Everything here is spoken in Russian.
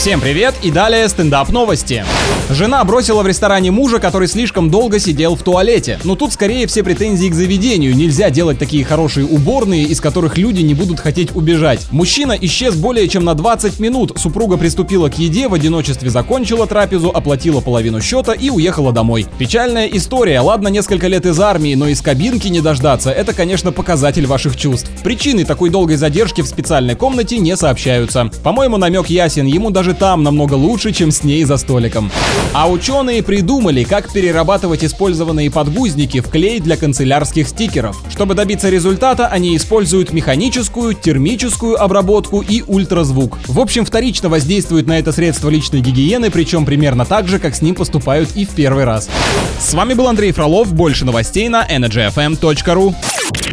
Всем привет и далее стендап-новости. Жена бросила в ресторане мужа, который слишком долго сидел в туалете. Но тут скорее все претензии к заведению. Нельзя делать такие хорошие уборные, из которых люди не будут хотеть убежать. Мужчина исчез более чем на 20 минут. Супруга приступила к еде, в одиночестве закончила трапезу, оплатила половину счета и уехала домой. Печальная история. Ладно, несколько лет из армии, но из кабинки не дождаться. Это, конечно, показатель ваших чувств. Причины такой долгой задержки в специальной комнате не сообщаются. По-моему, намек ясен. Ему даже там намного лучше, чем с ней за столиком. А ученые придумали, как перерабатывать использованные подгузники в клей для канцелярских стикеров. Чтобы добиться результата, они используют механическую, термическую обработку и ультразвук. В общем, вторично воздействуют на это средство личной гигиены, причем примерно так же, как с ним поступают и в первый раз. С вами был Андрей Фролов. Больше новостей на energyfm.ru.